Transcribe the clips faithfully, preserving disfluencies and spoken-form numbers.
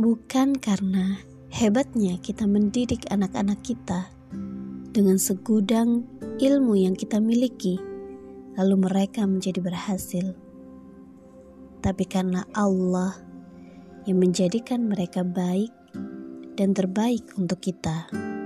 Bukan karena hebatnya kita mendidik anak-anak kita dengan segudang ilmu yang kita miliki, lalu mereka menjadi berhasil. Tapi karena Allah yang menjadikan mereka baik dan terbaik untuk kita.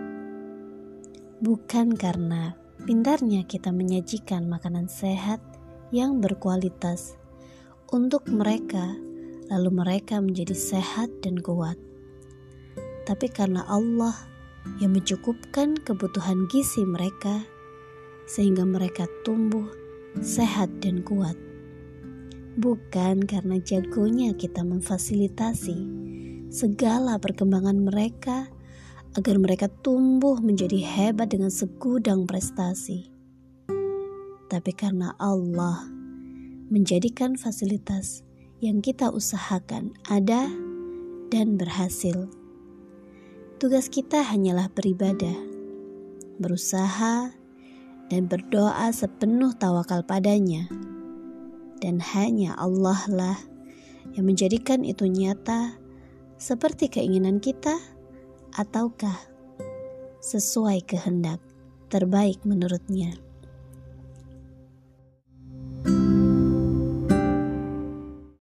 Bukan karena pintarnya kita menyajikan makanan sehat yang berkualitas untuk mereka, lalu mereka menjadi sehat dan kuat. Tapi karena Allah yang mencukupkan kebutuhan gizi mereka, sehingga mereka tumbuh sehat dan kuat. Bukan karena jagonya kita memfasilitasi segala perkembangan mereka agar mereka tumbuh menjadi hebat dengan segudang prestasi. Tapi karena Allah menjadikan fasilitas yang kita usahakan ada dan berhasil. Tugas kita hanyalah beribadah, berusaha, dan berdoa sepenuh tawakal padanya. Dan hanya Allah lah yang menjadikan itu nyata seperti keinginan kita ataukah sesuai kehendak terbaik menurutnya.